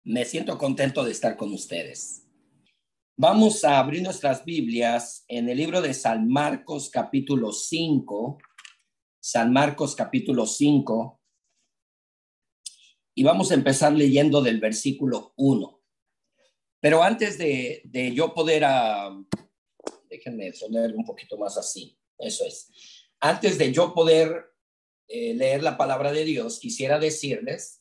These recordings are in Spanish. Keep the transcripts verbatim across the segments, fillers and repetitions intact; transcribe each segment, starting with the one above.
Me siento contento de estar con ustedes. Vamos a abrir nuestras Biblias en el libro de San Marcos capítulo cinco, San Marcos capítulo cinco, y vamos a empezar leyendo del versículo uno. Pero antes de, de yo poder, uh, déjenme poner un poquito más así, eso es. Antes de yo poder eh, leer la palabra de Dios, quisiera decirles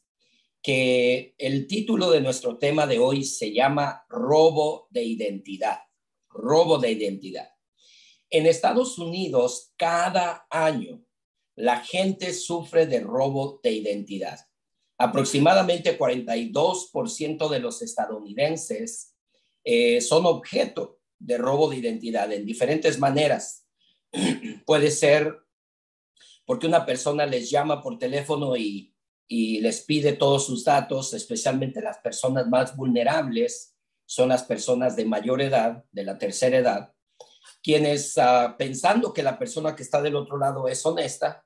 que el título de nuestro tema de hoy se llama robo de identidad, robo de identidad. En Estados Unidos, cada año, la gente sufre de robo de identidad. Aproximadamente cuarenta y dos por ciento de los estadounidenses eh, son objeto de robo de identidad en diferentes maneras. Puede ser porque una persona les llama por teléfono y y les pide todos sus datos, especialmente las personas más vulnerables, son las personas de mayor edad, de la tercera edad, quienes uh, pensando que la persona que está del otro lado es honesta,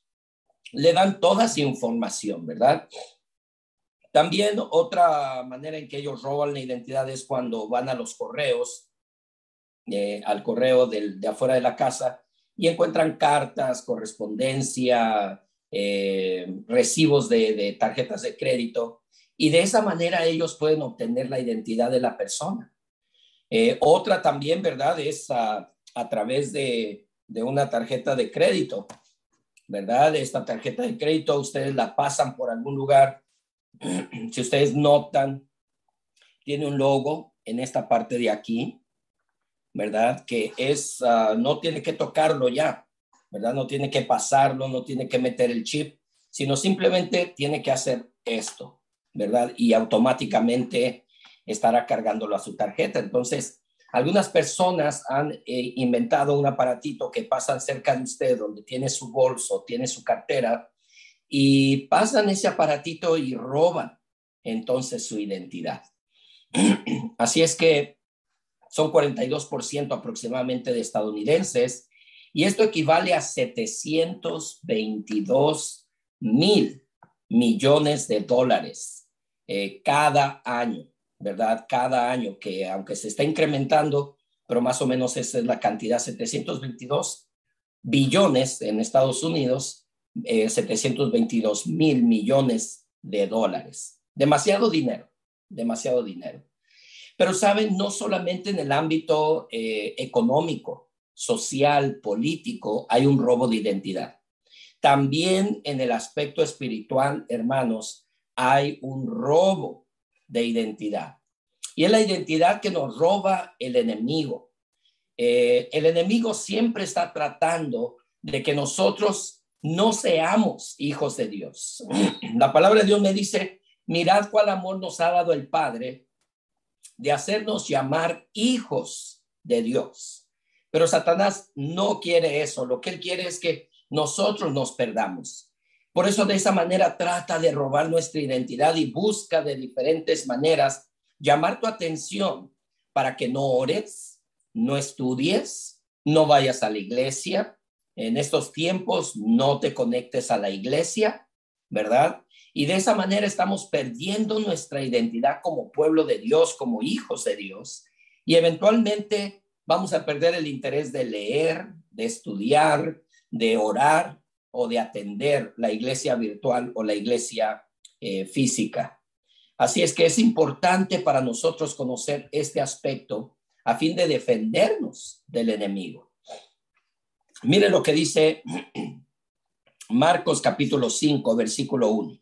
le dan toda su información, ¿verdad? También otra manera en que ellos roban la identidad es cuando van a los correos, eh, al correo del, de afuera de la casa, y encuentran cartas, correspondencia, Eh, recibos de, de tarjetas de crédito, y de esa manera ellos pueden obtener la identidad de la persona. Eh, otra también, ¿verdad? Es a, a través de, de una tarjeta de crédito, ¿verdad? Esta tarjeta de crédito ustedes la pasan por algún lugar. Si ustedes notan, tiene un logo en esta parte de aquí, ¿verdad? Que es, uh, no tiene que tocarlo ya, ¿verdad? No tiene que pasarlo, no tiene que meter el chip, sino simplemente tiene que hacer esto, ¿verdad? Y automáticamente estará cargándolo a su tarjeta. Entonces, algunas personas han eh, inventado un aparatito que pasan cerca de usted, donde tiene su bolso, tiene su cartera, y pasan ese aparatito y roban entonces su identidad. Así es que son cuarenta y dos por ciento aproximadamente de estadounidenses, y esto equivale a setecientos veintidós mil millones de dólares eh, cada año, ¿verdad? Cada año, que aunque se está incrementando, pero más o menos esa es la cantidad, setecientos veintidós billones en Estados Unidos, eh, setecientos veintidós mil millones de dólares. Demasiado dinero, demasiado dinero. Pero saben, no solamente en el ámbito eh, económico, social, político, hay un robo de identidad. También en el aspecto espiritual, hermanos, hay un robo de identidad. Y es la identidad que nos roba el enemigo. Eh, el enemigo siempre está tratando de que nosotros no seamos hijos de Dios. La palabra de Dios me dice, mirad cuál amor nos ha dado el Padre, de hacernos llamar hijos de Dios. Pero Satanás no quiere eso. Lo que él quiere es que nosotros nos perdamos. Por eso de esa manera trata de robar nuestra identidad y busca de diferentes maneras llamar tu atención para que no ores, no estudies, no vayas a la iglesia. En estos tiempos no te conectes a la iglesia, ¿verdad? Y de esa manera estamos perdiendo nuestra identidad como pueblo de Dios, como hijos de Dios. Y eventualmente vamos a perder el interés de leer, de estudiar, de orar o de atender la iglesia virtual o la iglesia eh, física. Así es que es importante para nosotros conocer este aspecto a fin de defendernos del enemigo. Mire lo que dice Marcos capítulo cinco, versículo uno.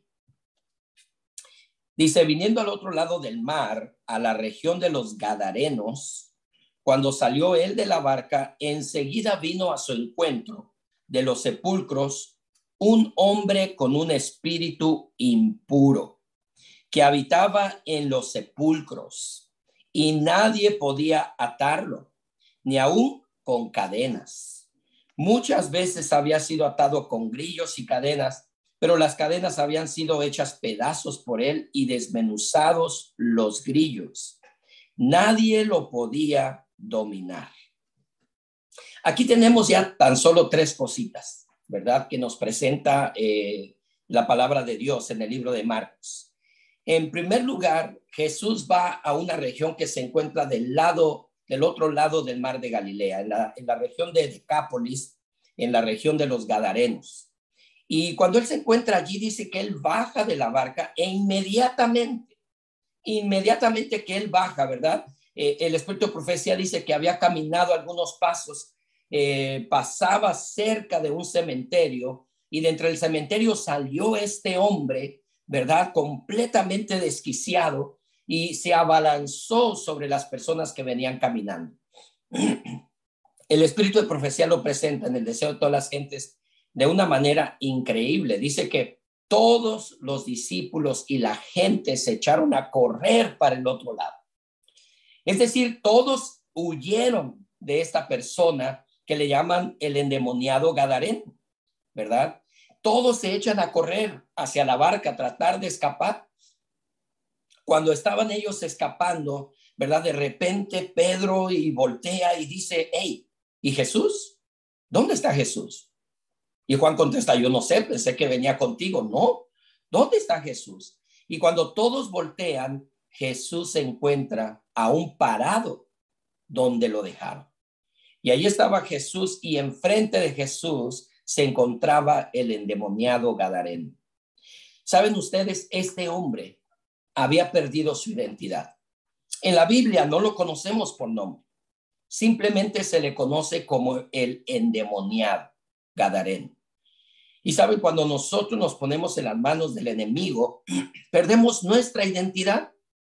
Dice, viniendo al otro lado del mar, a la región de los Gadarenos, cuando salió él de la barca, enseguida vino a su encuentro de los sepulcros un hombre con un espíritu impuro que habitaba en los sepulcros, y nadie podía atarlo, ni aún con cadenas. Muchas veces había sido atado con grillos y cadenas, pero las cadenas habían sido hechas pedazos por él y desmenuzados los grillos. Nadie lo podía dominar. Aquí tenemos ya tan solo tres cositas, ¿verdad? Que nos presenta eh, la palabra de Dios en el libro de Marcos. En primer lugar, Jesús va a una región que se encuentra del lado, del otro lado del mar de Galilea, en la, en la región de Decápolis, en la región de los Gadarenos. Y cuando él se encuentra allí, dice que él baja de la barca e inmediatamente, inmediatamente que él baja, ¿verdad? Eh, el espíritu de profecía dice que había caminado algunos pasos, eh, pasaba cerca de un cementerio y de entre el cementerio salió este hombre, ¿verdad? Completamente desquiciado y se abalanzó sobre las personas que venían caminando. El espíritu de profecía lo presenta en el deseo de todas las gentes de una manera increíble. Dice que todos los discípulos y la gente se echaron a correr para el otro lado. Es decir, todos huyeron de esta persona que le llaman el endemoniado gadareno, ¿verdad? Todos se echan a correr hacia la barca a tratar de escapar. Cuando estaban ellos escapando, ¿verdad? De repente Pedro y voltea y dice, hey, ¿y Jesús? ¿Dónde está Jesús? Y Juan contesta, yo no sé, pensé que venía contigo. No, ¿dónde está Jesús? Y cuando todos voltean, Jesús se encuentra aún parado donde lo dejaron. Y ahí estaba Jesús y enfrente de Jesús se encontraba el endemoniado gadareno. ¿Saben ustedes? Este hombre había perdido su identidad. En la Biblia no lo conocemos por nombre. Simplemente se le conoce como el endemoniado gadareno. Y saben, cuando nosotros nos ponemos en las manos del enemigo, perdemos nuestra identidad.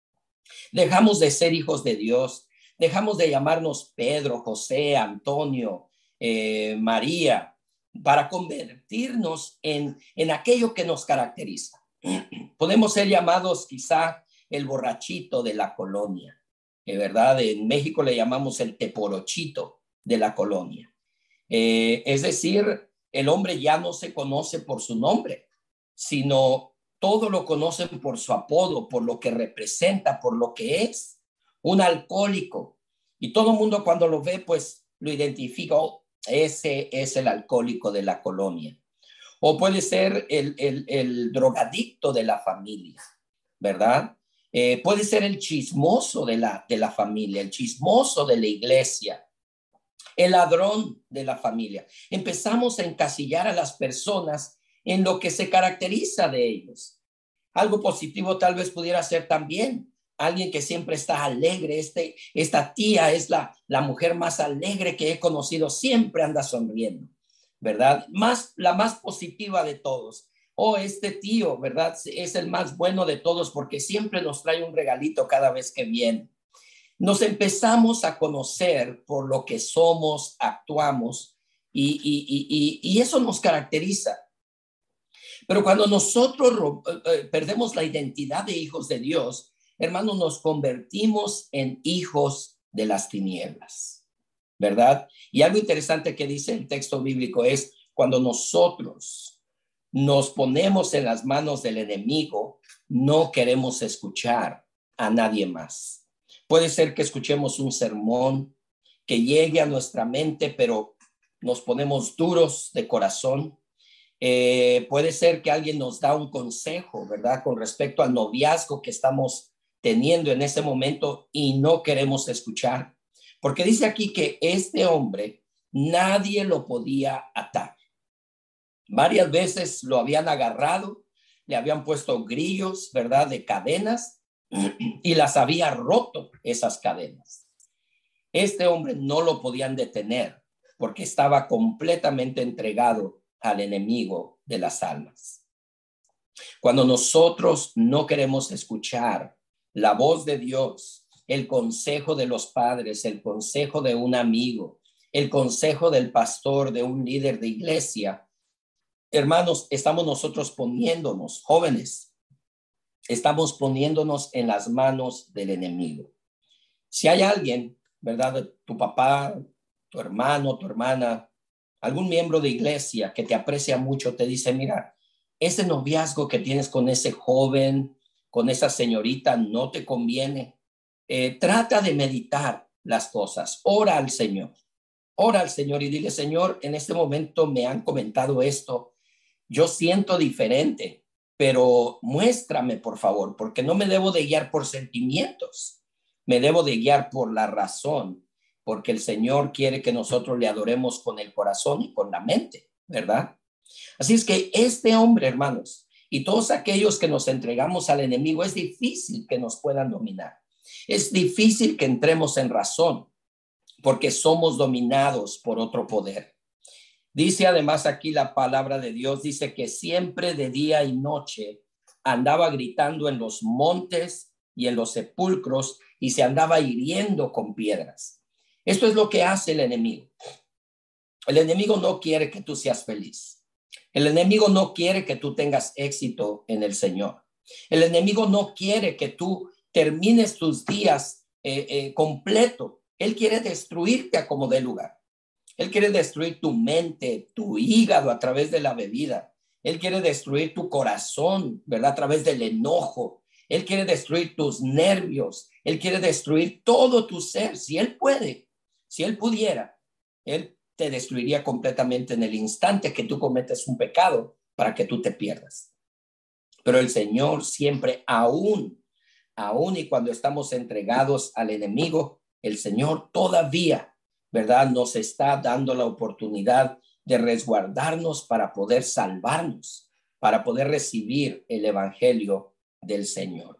Dejamos de ser hijos de Dios. Dejamos de llamarnos Pedro, José, Antonio, eh, María, para convertirnos en, en aquello que nos caracteriza. Podemos ser llamados quizá el borrachito de la colonia, de verdad. En México le llamamos el teporochito de la colonia. Eh, es decir, el hombre ya no se conoce por su nombre, sino todo lo conocen por su apodo, por lo que representa, por lo que es un alcohólico. Y todo el mundo cuando lo ve, pues lo identifica, oh, ese es el alcohólico de la colonia. O puede ser el, el, el drogadicto de la familia, ¿verdad? Eh, puede ser el chismoso de la, de la familia, el chismoso de la iglesia, el ladrón de la familia. Empezamos a encasillar a las personas en lo que se caracteriza de ellos. Algo positivo tal vez pudiera ser también alguien que siempre está alegre. Este, esta tía es la, la mujer más alegre que he conocido, siempre anda sonriendo, ¿verdad? Más, la más positiva de todos. Oh, este tío, ¿verdad? Es el más bueno de todos porque siempre nos trae un regalito cada vez que viene. Nos empezamos a conocer por lo que somos, actuamos y, y, y, y eso nos caracteriza. Pero cuando nosotros eh, perdemos la identidad de hijos de Dios, hermanos, nos convertimos en hijos de las tinieblas, ¿verdad? Y algo interesante que dice el texto bíblico es cuando nosotros nos ponemos en las manos del enemigo, no queremos escuchar a nadie más. Puede ser que escuchemos un sermón que llegue a nuestra mente, pero nos ponemos duros de corazón. Eh, puede ser que alguien nos da un consejo, ¿verdad? Con respecto al noviazgo que estamos teniendo en ese momento y no queremos escuchar. Porque dice aquí que este hombre nadie lo podía atar. Varias veces lo habían agarrado, le habían puesto grillos, ¿verdad? De cadenas y las había roto esas cadenas. Este hombre no lo podían detener porque estaba completamente entregado al enemigo de las almas. Cuando nosotros no queremos escuchar la voz de Dios, el consejo de los padres, el consejo de un amigo, el consejo del pastor, de un líder de iglesia, hermanos, estamos nosotros poniéndonos, jóvenes, estamos poniéndonos en las manos del enemigo. Si hay alguien, ¿verdad? Tu papá, tu hermano, tu hermana, algún miembro de iglesia que te aprecia mucho, te dice, mira, ese noviazgo que tienes con ese joven, con esa señorita, no te conviene. Eh, trata de meditar las cosas. Ora al Señor. Ora al Señor y dile, Señor, en este momento me han comentado esto. Yo siento diferente. pero muéstrame, por favor, porque no me debo de guiar por sentimientos, me debo de guiar por la razón, porque el Señor quiere que nosotros le adoremos con el corazón y con la mente, ¿verdad? Así es que este hombre, hermanos, y todos aquellos que nos entregamos al enemigo, es difícil que nos puedan dominar. Es difícil que entremos en razón, porque somos dominados por otro poder. Dice además aquí la palabra de Dios, dice que siempre de día y noche andaba gritando en los montes y en los sepulcros y se andaba hiriendo con piedras. Esto es lo que hace el enemigo. El enemigo no quiere que tú seas feliz. El enemigo no quiere que tú tengas éxito en el Señor. El enemigo no quiere que tú termines tus días eh, eh, completo. Él quiere destruirte a como dé lugar. Él quiere destruir tu mente, tu hígado a través de la bebida. Él quiere destruir tu corazón, ¿verdad? A través del enojo. Él quiere destruir tus nervios. Él quiere destruir todo tu ser. Si él puede, si él pudiera, él te destruiría completamente en el instante que tú cometes un pecado para que tú te pierdas. Pero el Señor siempre, aún, aún y cuando estamos entregados al enemigo, el Señor todavía, ¿verdad? Nos está dando la oportunidad de resguardarnos para poder salvarnos, para poder recibir el evangelio del Señor.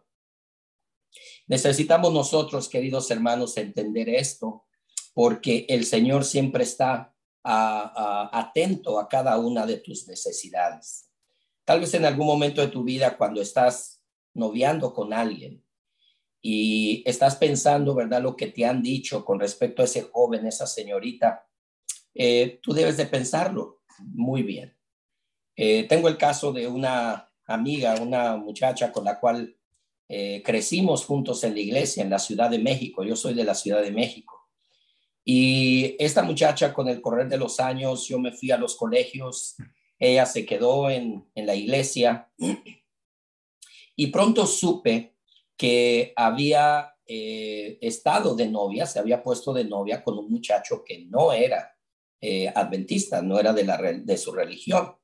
Necesitamos nosotros, queridos hermanos, entender esto, porque el Señor siempre está a, a, atento a cada una de tus necesidades. Tal vez en algún momento de tu vida, cuando estás noviando con alguien y estás pensando, ¿verdad?, lo que te han dicho con respecto a ese joven, esa señorita, eh, tú debes de pensarlo muy bien. Eh, tengo el caso de una amiga, una muchacha con la cual eh, crecimos juntos en la iglesia en la Ciudad de México. Yo soy de la Ciudad de México. Y esta muchacha, con el correr de los años, yo me fui a los colegios, ella se quedó en, en la iglesia y pronto supe que había eh, estado de novia, se había puesto de novia con un muchacho que no era eh, adventista, no era de, la, de su religión.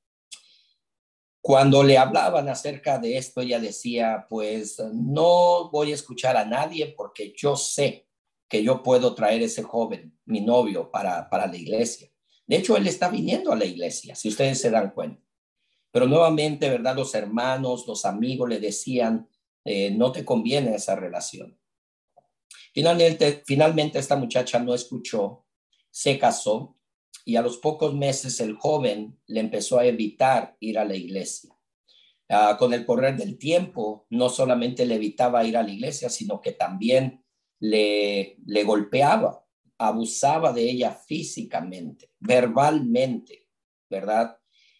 Cuando le hablaban acerca de esto, ella decía, pues no voy a escuchar a nadie porque yo sé que yo puedo traer ese joven, mi novio, para, para la iglesia. De hecho, él está viniendo a la iglesia, si ustedes se dan cuenta. Pero nuevamente, ¿verdad? Los hermanos, los amigos le decían, eh, no te conviene esa relación. Finalmente, finalmente esta muchacha no escuchó, se casó y a los pocos meses el joven le empezó a evitar ir a la iglesia. Uh, con el correr del tiempo, no solamente le evitaba ir a la iglesia, sino que también le, le golpeaba, abusaba de ella físicamente, verbalmente, ¿verdad?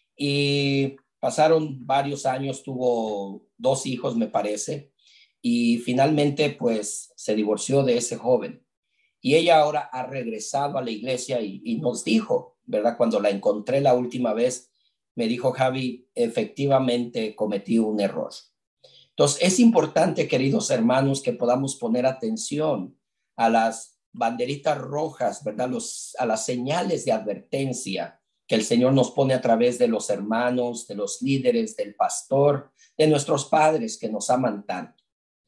Y pasaron varios años, tuvo dos hijos, me parece, y finalmente pues se divorció de ese joven. Y ella ahora ha regresado a la iglesia y, y nos dijo, ¿verdad? Cuando la encontré la última vez, me dijo, Javi, efectivamente cometí un error. Entonces, es importante, queridos hermanos, que podamos poner atención a las banderitas rojas, ¿verdad? Los, a las señales de advertencia que el Señor nos pone a través de los hermanos, de los líderes, del pastor, de nuestros padres que nos aman tanto.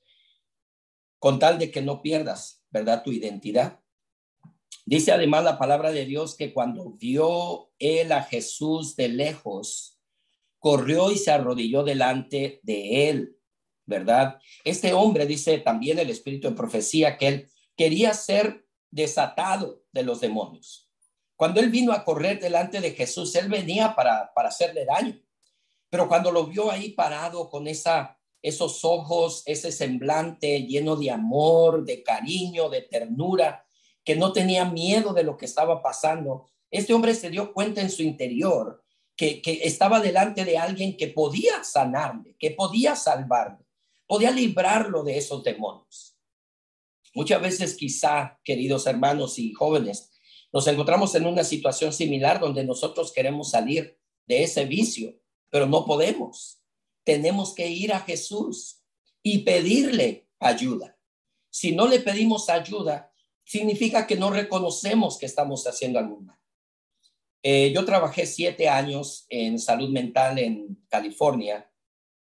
Con tal de que no pierdas, ¿verdad?, tu identidad. Dice además la palabra de Dios que cuando vio él a Jesús de lejos, corrió y se arrodilló delante de él, ¿verdad? Este hombre, dice también el espíritu de profecía, que él quería ser desatado de los demonios. Cuando él vino a correr delante de Jesús, él venía para, para hacerle daño. Pero cuando lo vio ahí parado con esa, esos ojos, ese semblante lleno de amor, de cariño, de ternura, que no tenía miedo de lo que estaba pasando, este hombre se dio cuenta en su interior que, que estaba delante de alguien que podía sanarle, que podía salvarle, podía librarlo de esos demonios. Muchas veces quizá, queridos hermanos y jóvenes, nos encontramos en una situación similar donde nosotros queremos salir de ese vicio, pero no podemos. Tenemos que ir a Jesús y pedirle ayuda. Si no le pedimos ayuda, significa que no reconocemos que estamos haciendo algo mal. Eh, yo trabajé siete años en salud mental en California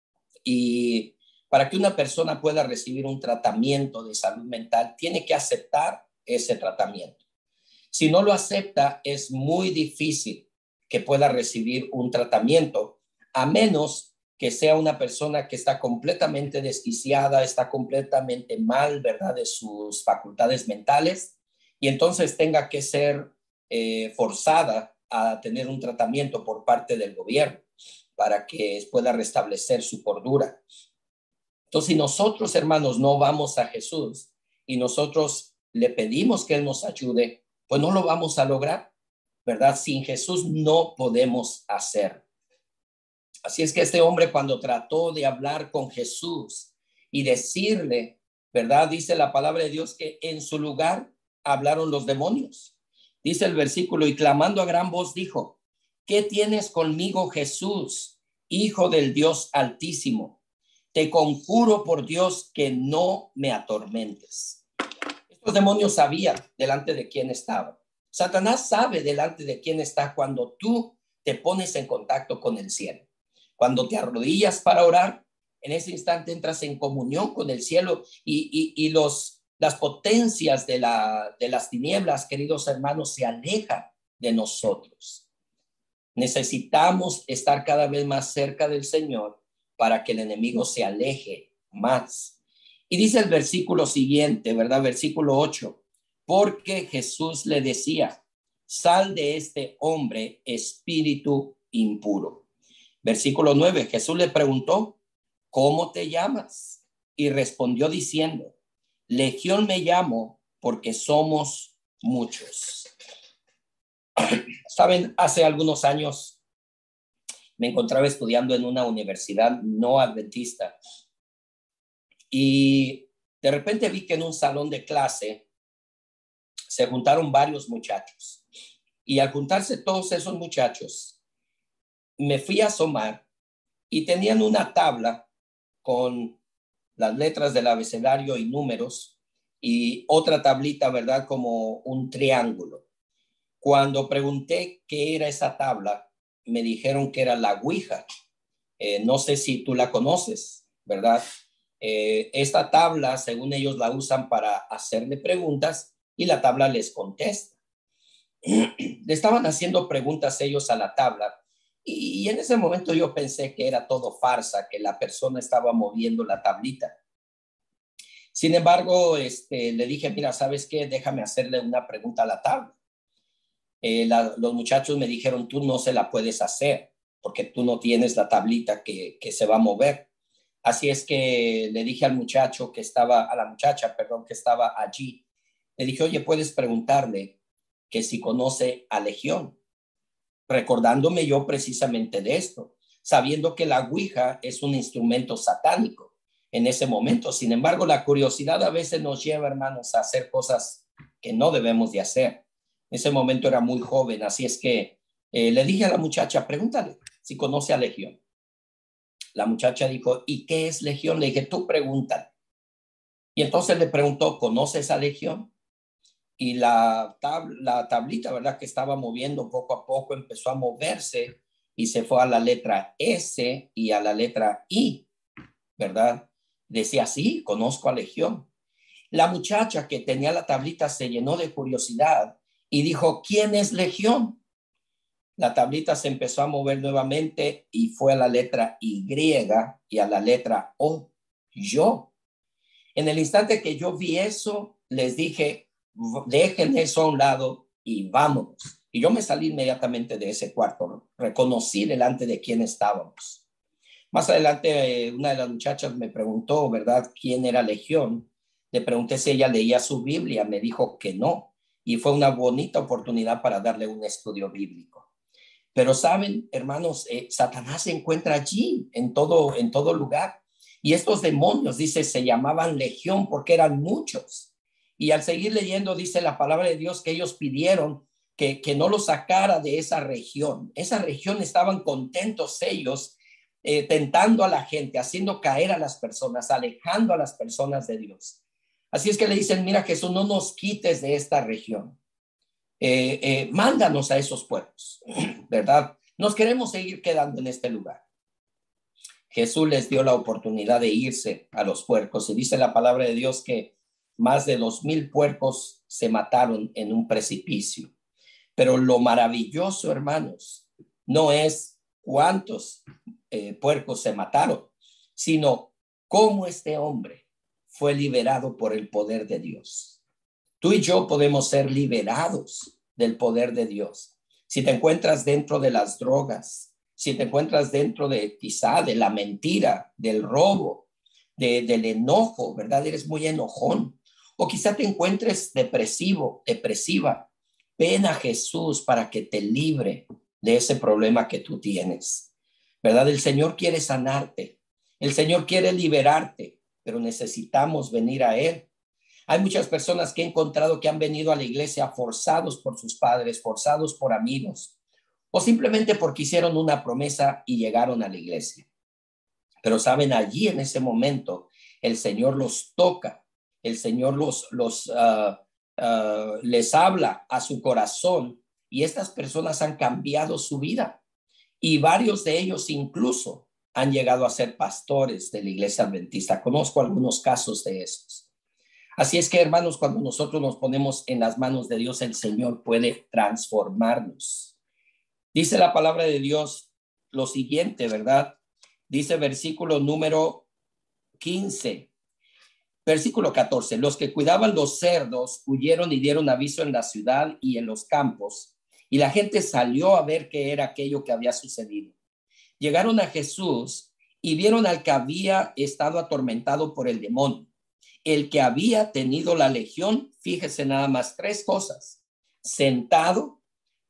Y para que una persona pueda recibir un tratamiento de salud mental, tiene que aceptar ese tratamiento. Si no lo acepta, es muy difícil que pueda recibir un tratamiento, a menos que sea una persona que está completamente desquiciada, está completamente mal, ¿verdad?, de sus facultades mentales, y entonces tenga que ser eh, forzada a tener un tratamiento por parte del gobierno para que pueda restablecer su cordura. Entonces, si nosotros, hermanos, no vamos a Jesús y nosotros le pedimos que Él nos ayude, pues no lo vamos a lograr, ¿verdad? Sin Jesús no podemos hacer. Así es que este hombre, cuando trató de hablar con Jesús y decirle, ¿verdad? Dice la palabra de Dios que en su lugar hablaron los demonios. Dice el versículo, y clamando a gran voz dijo, ¿qué tienes conmigo, Jesús, Hijo del Dios Altísimo? Te conjuro por Dios que no me atormentes. Estos demonios sabían delante de quién estaban. Satanás sabe delante de quién está cuando tú te pones en contacto con el cielo. Cuando te arrodillas para orar, en ese instante entras en comunión con el cielo y, y, y los, las potencias de, la, de las tinieblas, queridos hermanos, se alejan de nosotros. Necesitamos estar cada vez más cerca del Señor para que el enemigo se aleje más. Y dice el versículo siguiente, ¿verdad? Versículo ocho, porque Jesús le decía, sal de este hombre, espíritu impuro. Versículo nueve, Jesús le preguntó, ¿cómo te llamas? Y respondió diciendo, Legión me llamo porque somos muchos. Saben, hace algunos años me encontraba estudiando en una universidad no adventista y de repente vi que en un salón de clase se juntaron varios muchachos y al juntarse todos esos muchachos me fui a asomar y tenían una tabla con las letras del abecedario y números y otra tablita, ¿verdad? Como un triángulo. Cuando pregunté qué era esa tabla, me dijeron que era la Ouija. Eh, no sé si tú la conoces, ¿verdad? Eh, esta tabla, según ellos, la usan para hacerle preguntas y la tabla les contesta. Le estaban haciendo preguntas ellos a la tabla y, y en ese momento yo pensé que era todo farsa, que la persona estaba moviendo la tablita. Sin embargo, este, le dije, mira, ¿sabes qué? Déjame hacerle una pregunta a la tabla. Eh, la, los muchachos me dijeron, tú no se la puedes hacer porque tú no tienes la tablita que, que se va a mover. Así es que le dije al muchacho que estaba, a la muchacha, perdón, que estaba allí, le dije, oye, puedes preguntarle que si conoce a Legión, recordándome yo precisamente de esto, sabiendo que la Ouija es un instrumento satánico en ese momento. Sin embargo, la curiosidad a veces nos lleva, hermanos, a hacer cosas que no debemos de hacer. En ese momento era muy joven, así es que eh, le dije a la muchacha, pregúntale si conoce a Legión. La muchacha dijo, ¿y qué es Legión? Le dije, tú pregúntale. Y entonces le preguntó, ¿conoces a Legión? Y la, tab la tablita, ¿verdad? Que estaba moviendo poco a poco, empezó a moverse y se fue a la letra S y a la letra I, ¿verdad? Decía, sí, conozco a Legión. La muchacha que tenía la tablita se llenó de curiosidad y dijo, ¿quién es Legión? La tablita se empezó a mover nuevamente y fue a la letra Y y a la letra O, yo. En el instante que yo vi eso, les dije, dejen eso a un lado y vámonos. Y yo me salí inmediatamente de ese cuarto, reconocí delante de quién estábamos. Más adelante, una de las muchachas me preguntó, ¿verdad?, quién era Legión. Le pregunté si ella leía su Biblia, me dijo que no. Y fue una bonita oportunidad para darle un estudio bíblico. Pero saben, hermanos, eh, Satanás se encuentra allí, en todo, en todo lugar. Y estos demonios, dice, se llamaban Legión porque eran muchos. Y al seguir leyendo, dice la palabra de Dios que ellos pidieron que, que no los sacara de esa región. Esa región estaban contentos ellos, eh, tentando a la gente, haciendo caer a las personas, alejando a las personas de Dios. Así es que le dicen, mira, Jesús, no nos quites de esta región. Eh, eh, mándanos a esos pueblos, ¿verdad? Nos queremos seguir quedando en este lugar. Jesús les dio la oportunidad de irse a los puercos y dice la palabra de Dios que más de dos mil puercos se mataron en un precipicio. Pero lo maravilloso, hermanos, no es cuántos eh, puercos se mataron, sino cómo este hombre fue liberado por el poder de Dios. Tú y yo podemos ser liberados del poder de Dios. Si te encuentras dentro de las drogas, si te encuentras dentro de quizá de la mentira, del robo, de, del enojo, ¿verdad? Eres muy enojón. O quizá te encuentres depresivo, depresiva. Ven a Jesús para que te libre de ese problema que tú tienes, ¿verdad? El Señor quiere sanarte. El Señor quiere liberarte, pero necesitamos venir a Él. Hay muchas personas que he encontrado que han venido a la iglesia forzados por sus padres, forzados por amigos, o simplemente porque hicieron una promesa y llegaron a la iglesia. Pero saben, allí en ese momento el Señor los toca, el Señor los, los uh, uh, les habla a su corazón y estas personas han cambiado su vida y varios de ellos incluso han llegado a ser pastores de la iglesia adventista. Conozco algunos casos de esos. Así es que, hermanos, cuando nosotros nos ponemos en las manos de Dios, el Señor puede transformarnos. Dice la palabra de Dios lo siguiente, ¿verdad? Dice versículo número quince, versículo catorce. Los que cuidaban los cerdos huyeron y dieron aviso en la ciudad y en los campos, y la gente salió a ver qué era aquello que había sucedido. Llegaron a Jesús y vieron al que había estado atormentado por el demonio, el que había tenido la legión. Fíjese nada más, tres cosas: sentado,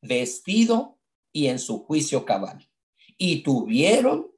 vestido y en su juicio cabal. Y tuvieron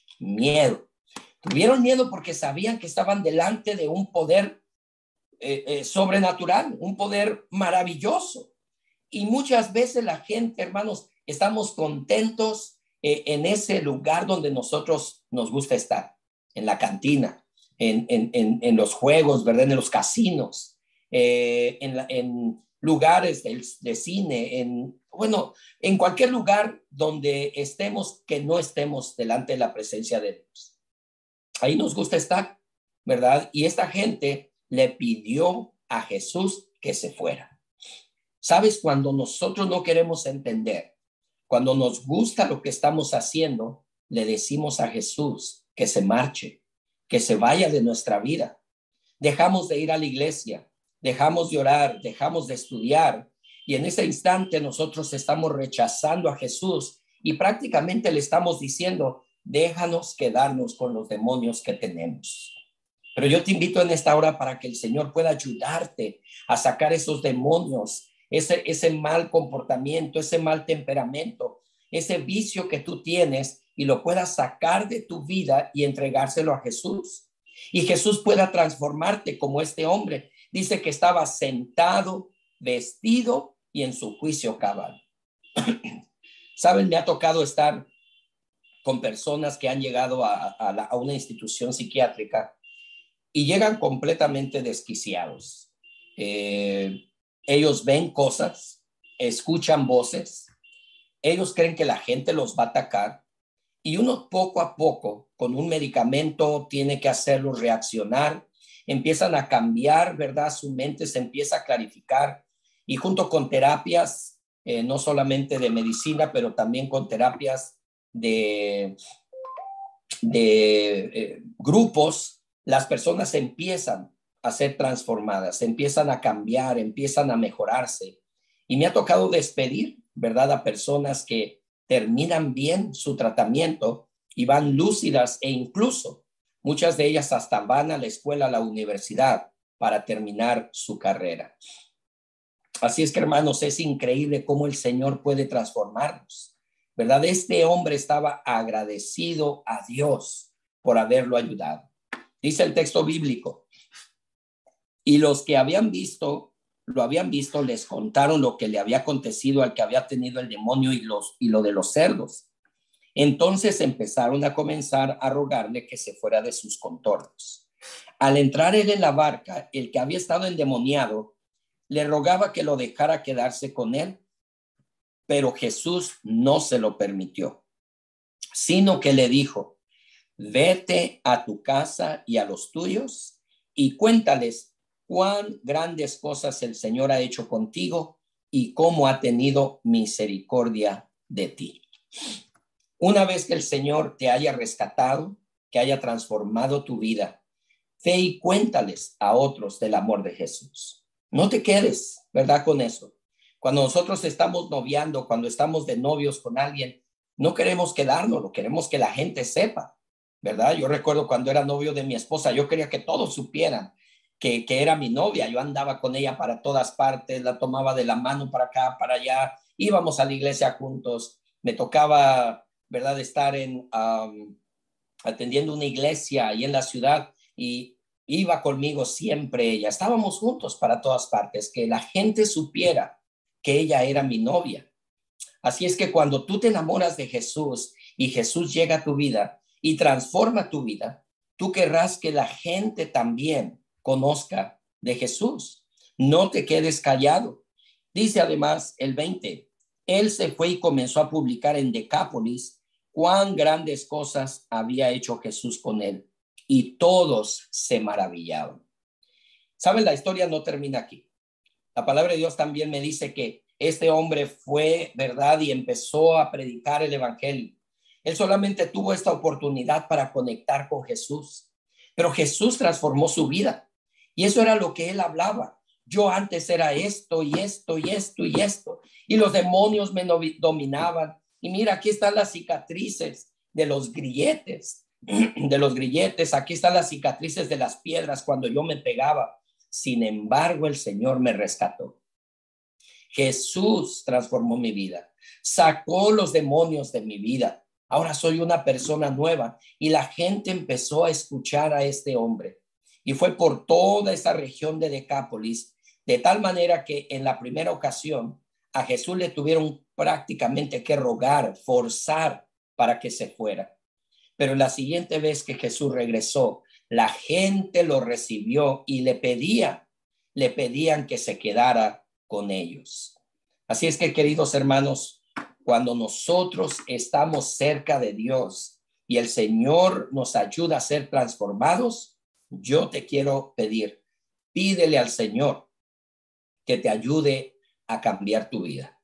miedo. Tuvieron miedo porque sabían que estaban delante de un poder eh, eh, sobrenatural, un poder maravilloso. Y muchas veces la gente, hermanos, estamos contentos eh, en ese lugar donde nosotros nos gusta estar, en la cantina, en, en, en, en los juegos, ¿verdad? En los casinos, eh, en, la, en lugares de, de cine, en, bueno, en cualquier lugar donde estemos, que no estemos delante de la presencia de Dios. Ahí nos gusta estar, ¿verdad? Y esta gente le pidió a Jesús que se fuera. ¿Sabes? Cuando nosotros no queremos entender, cuando nos gusta lo que estamos haciendo, le decimos a Jesús que se marche, que se vaya de nuestra vida. Dejamos de ir a la iglesia, dejamos de orar, dejamos de estudiar, y en ese instante nosotros estamos rechazando a Jesús y prácticamente le estamos diciendo: déjanos quedarnos con los demonios que tenemos. Pero yo te invito en esta hora para que el Señor pueda ayudarte a sacar esos demonios, ese, ese mal comportamiento, ese mal temperamento, ese vicio que tú tienes, y lo puedas sacar de tu vida y entregárselo a Jesús. Y Jesús pueda transformarte como este hombre. Dice que estaba sentado, vestido y en su juicio cabal. Saben, me ha tocado estar con personas que han llegado a, a, la, a una institución psiquiátrica y llegan completamente desquiciados. Eh, ellos ven cosas, escuchan voces, ellos creen que la gente los va a atacar, y uno poco a poco, con un medicamento, tiene que hacerlos reaccionar, empiezan a cambiar, ¿verdad? Su mente se empieza a clarificar, y junto con terapias, eh, no solamente de medicina, pero también con terapias de, de eh, grupos, las personas empiezan a ser transformadas, empiezan a cambiar, empiezan a mejorarse. Y me ha tocado despedir, ¿verdad?, a personas que terminan bien su tratamiento y van lúcidas, e incluso muchas de ellas hasta van a la escuela, a la universidad, para terminar su carrera. Así es que, hermanos, es increíble cómo el Señor puede transformarnos, ¿verdad? Este hombre estaba agradecido a Dios por haberlo ayudado. Dice el texto bíblico: y los que habían visto, lo habían visto, les contaron lo que le había acontecido al que había tenido el demonio y, los, y lo de los cerdos. Entonces empezaron a comenzar a rogarle que se fuera de sus contornos. Al entrar él en la barca, el que había estado endemoniado le rogaba que lo dejara quedarse con él, pero Jesús no se lo permitió, sino que le dijo: Vete a tu casa y a los tuyos y cuéntales cuán grandes cosas el Señor ha hecho contigo y cómo ha tenido misericordia de ti. Una vez que el Señor te haya rescatado, que haya transformado tu vida, ve y cuéntales a otros del amor de Jesús. No te quedes, ¿verdad? Con eso. Cuando nosotros estamos noviando, cuando estamos de novios con alguien, no queremos quedárnoslo, queremos que la gente sepa, ¿verdad? Yo recuerdo cuando era novio de mi esposa, yo quería que todos supieran que, que era mi novia. Yo andaba con ella para todas partes, la tomaba de la mano para acá, para allá, íbamos a la iglesia juntos, me tocaba, ¿verdad?, estar en um, atendiendo una iglesia ahí en la ciudad y iba conmigo siempre ella. Estábamos juntos para todas partes, que la gente supiera que ella era mi novia. Así es que cuando tú te enamoras de Jesús y Jesús llega a tu vida y transforma tu vida, tú querrás que la gente también conozca de Jesús. No te quedes callado. Dice además el veinte, él se fue y comenzó a publicar en Decápolis cuán grandes cosas había hecho Jesús con él, y todos se maravillaban. ¿Saben? La historia no termina aquí. La palabra de Dios también me dice que este hombre fue, ¿verdad?, y empezó a predicar el evangelio. Él solamente tuvo esta oportunidad para conectar con Jesús, pero Jesús transformó su vida. Y eso era lo que él hablaba. Yo antes era esto y esto y esto y esto, y los demonios me dominaban. Y mira, aquí están las cicatrices de los grilletes, de los grilletes. Aquí están las cicatrices de las piedras cuando yo me pegaba. Sin embargo, el Señor me rescató. Jesús transformó mi vida, sacó los demonios de mi vida. Ahora soy una persona nueva y la gente empezó a escuchar a este hombre. Y fue por toda esa región de Decápolis, de tal manera que en la primera ocasión a Jesús le tuvieron prácticamente que rogar, forzar para que se fuera. Pero la siguiente vez que Jesús regresó, la gente lo recibió y le pedía, le pedían que se quedara con ellos. Así es que, queridos hermanos, cuando nosotros estamos cerca de Dios y el Señor nos ayuda a ser transformados, yo te quiero pedir, pídele al Señor que te ayude a cambiar tu vida.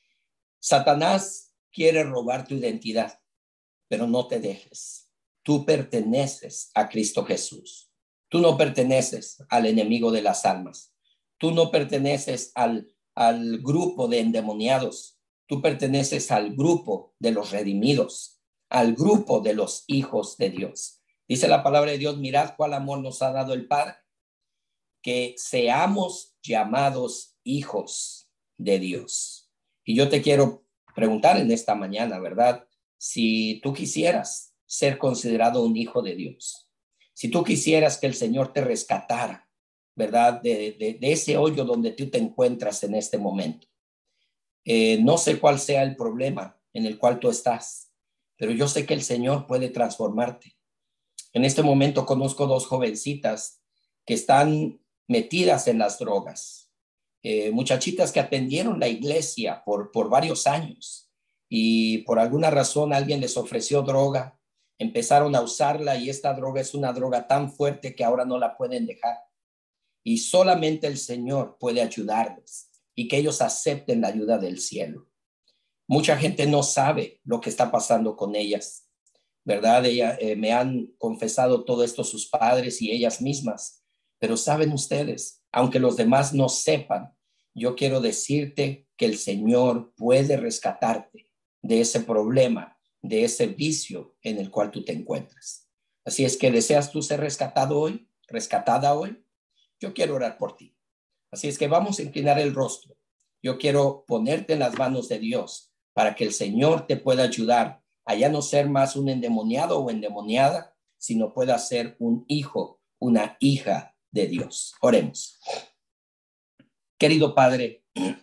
Satanás quiere robar tu identidad, pero no te dejes. Tú perteneces a Cristo Jesús. Tú no perteneces al enemigo de las almas. Tú no perteneces al, al grupo de endemoniados. Tú perteneces al grupo de los redimidos, al grupo de los hijos de Dios. Dice la palabra de Dios, mirad cuál amor nos ha dado el Padre, que seamos llamados hijos de Dios. Y yo te quiero preguntar en esta mañana, ¿verdad? Si tú quisieras ser considerado un hijo de Dios, si tú quisieras que el Señor te rescatara, ¿verdad? De, de, de ese hoyo donde tú te encuentras en este momento. Eh, no sé cuál sea el problema en el cual tú estás, pero yo sé que el Señor puede transformarte. En este momento conozco dos jovencitas que están metidas en las drogas, eh, muchachitas que atendieron la iglesia por, por varios años y por alguna razón alguien les ofreció droga, empezaron a usarla y esta droga es una droga tan fuerte que ahora no la pueden dejar. Y solamente el Señor puede ayudarles y que ellos acepten la ayuda del cielo. Mucha gente no sabe lo que está pasando con ellas, ¿verdad? Ella, eh, me han confesado todo esto sus padres y ellas mismas, pero saben ustedes, aunque los demás no sepan, yo quiero decirte que el Señor puede rescatarte de ese problema, de ese vicio en el cual tú te encuentras. Así es que, ¿deseas tú ser rescatado hoy, rescatada hoy? Yo quiero orar por ti. Así es que vamos a inclinar el rostro. Yo quiero ponerte en las manos de Dios para que el Señor te pueda ayudar a ya no ser más un endemoniado o endemoniada, sino pueda ser un hijo, una hija de Dios. Oremos. Querido Padre,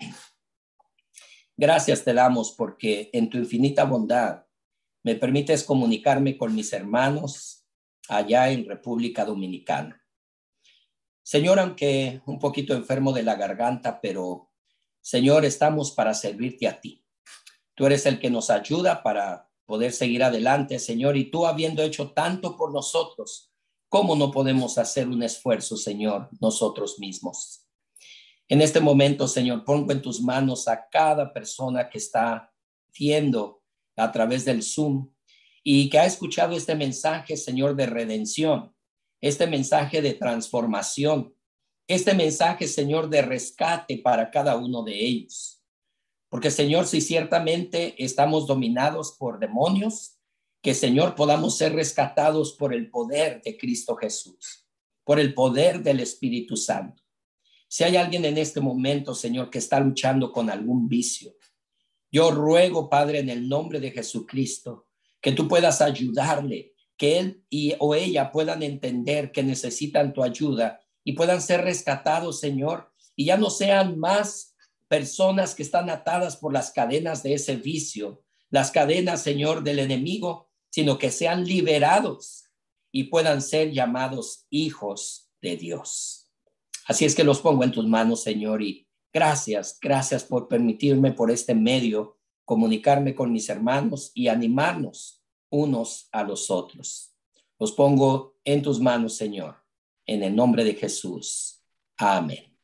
gracias te damos porque en tu infinita bondad me permites comunicarme con mis hermanos allá en República Dominicana. Señor, aunque un poquito enfermo de la garganta, pero Señor, estamos para servirte a ti. Tú eres el que nos ayuda para poder seguir adelante, Señor. Y tú habiendo hecho tanto por nosotros, ¿cómo no podemos hacer un esfuerzo, Señor, nosotros mismos? En este momento, Señor, pongo en tus manos a cada persona que está viendo a través del Zoom y que ha escuchado este mensaje, Señor, de redención, este mensaje de transformación, este mensaje, Señor, de rescate para cada uno de ellos. Porque, Señor, si ciertamente estamos dominados por demonios, que, Señor, podamos ser rescatados por el poder de Cristo Jesús, por el poder del Espíritu Santo. Si hay alguien en este momento, Señor, que está luchando con algún vicio, yo ruego, Padre, en el nombre de Jesucristo, que tú puedas ayudarle, que él y o ella puedan entender que necesitan tu ayuda y puedan ser rescatados, Señor, y ya no sean más personas que están atadas por las cadenas de ese vicio, las cadenas, Señor, del enemigo, sino que sean liberados y puedan ser llamados hijos de Dios. Así es que los pongo en tus manos, Señor, y gracias, gracias por permitirme por este medio comunicarme con mis hermanos y animarnos unos a los otros. Los pongo en tus manos, Señor, en el nombre de Jesús. Amén.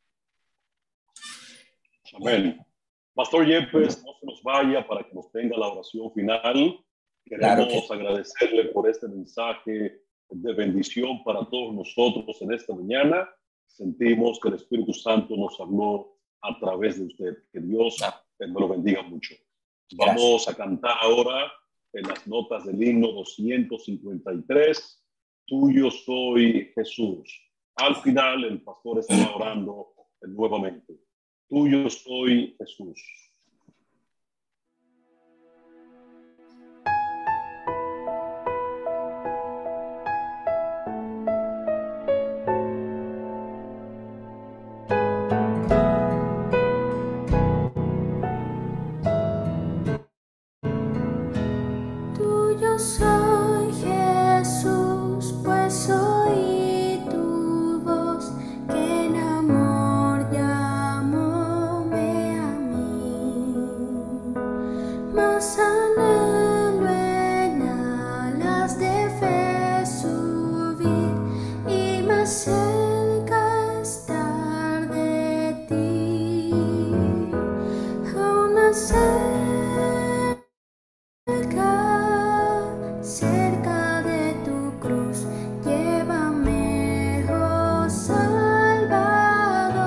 Amén. Pastor Yepes, no se nos vaya para que nos tenga la oración final. Queremos claro que... agradecerle por este mensaje de bendición para todos nosotros en esta mañana. Sentimos que el Espíritu Santo nos habló a través de usted. Que Dios me lo bendiga mucho. Vamos Gracias. a cantar ahora en las notas del himno doscientos cincuenta y tres, Tuyo soy Jesús. Al final el pastor está orando nuevamente. Tuyo soy Jesús. Soy Jesús, pues soy tu voz que en amor llamóme a mí. Más anhelo en alas de fe subir y más cerca estar de ti. Aún más cerca cerca de tu cruz, llévame, oh Salvador,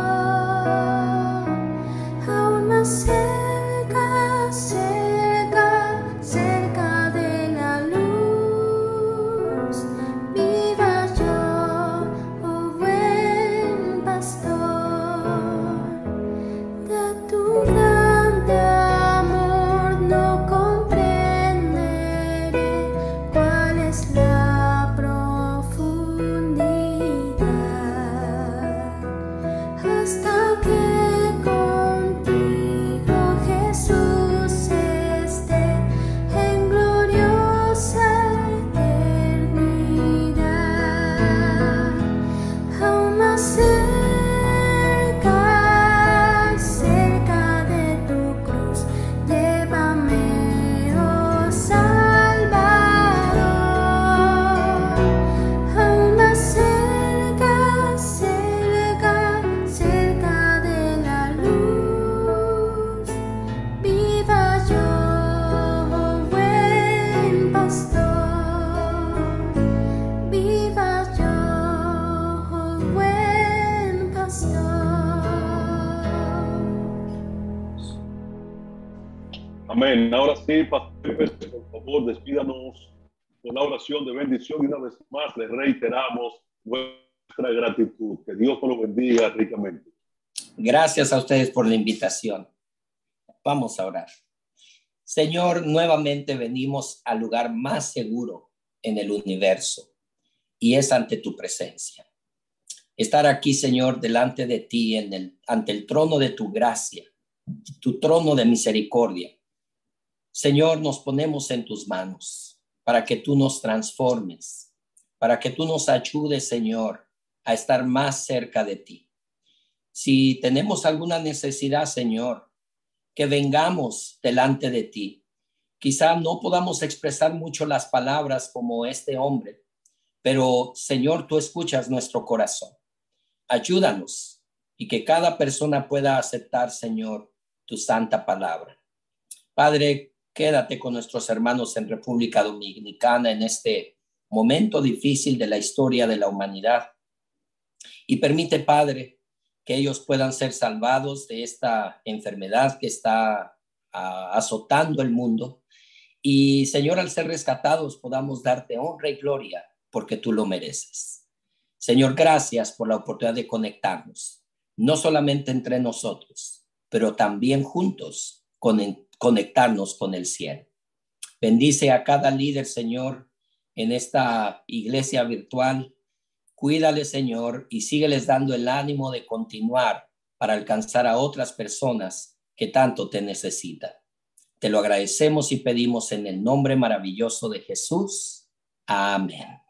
aún más cerca, cerca, cerca de la luz, viva yo, oh buen pastor, de tu grande amor no comprenderé cuál es la profundidad, hasta que contigo Jesús esté en gloriosa eternidad. Aún más cerca, cerca de tu cruz, llévame, oh Salvador, aún más cerca, cerca, cerca de la luz, viva yo, oh buen pastor, viva yo, oh buen pastor. Amén. Ahora sí, Pastor Yepes, por favor, despídanos con la oración de bendición y una vez más le reiteramos nuestra gratitud. Que Dios nos lo bendiga ricamente. Gracias a ustedes por la invitación. Vamos a orar. Señor, nuevamente venimos al lugar más seguro en el universo y es ante tu presencia. Estar aquí, Señor, delante de ti, en el, ante el trono de tu gracia, tu trono de misericordia. Señor, nos ponemos en tus manos para que tú nos transformes, para que tú nos ayudes, Señor, a estar más cerca de ti. Si tenemos alguna necesidad, Señor, que vengamos delante de ti, Quizá no podamos expresar mucho las palabras como este hombre, pero Señor, tú escuchas nuestro corazón. Ayúdanos y que cada persona pueda aceptar, Señor, tu santa palabra. Padre, quédate con nuestros hermanos en República Dominicana en este momento difícil de la historia de la humanidad. Y permite, Padre, que ellos puedan ser salvados de esta enfermedad que está uh, azotando el mundo. Y, Señor, al ser rescatados podamos darte honra y gloria porque tú lo mereces. Señor, gracias por la oportunidad de conectarnos, no solamente entre nosotros, pero también juntos con, conectarnos con el cielo. Bendice a cada líder, Señor, en esta iglesia virtual. Cuídale, Señor, y sígueles dando el ánimo de continuar para alcanzar a otras personas que tanto te necesitan. Te lo agradecemos y pedimos en el nombre maravilloso de Jesús. Amén.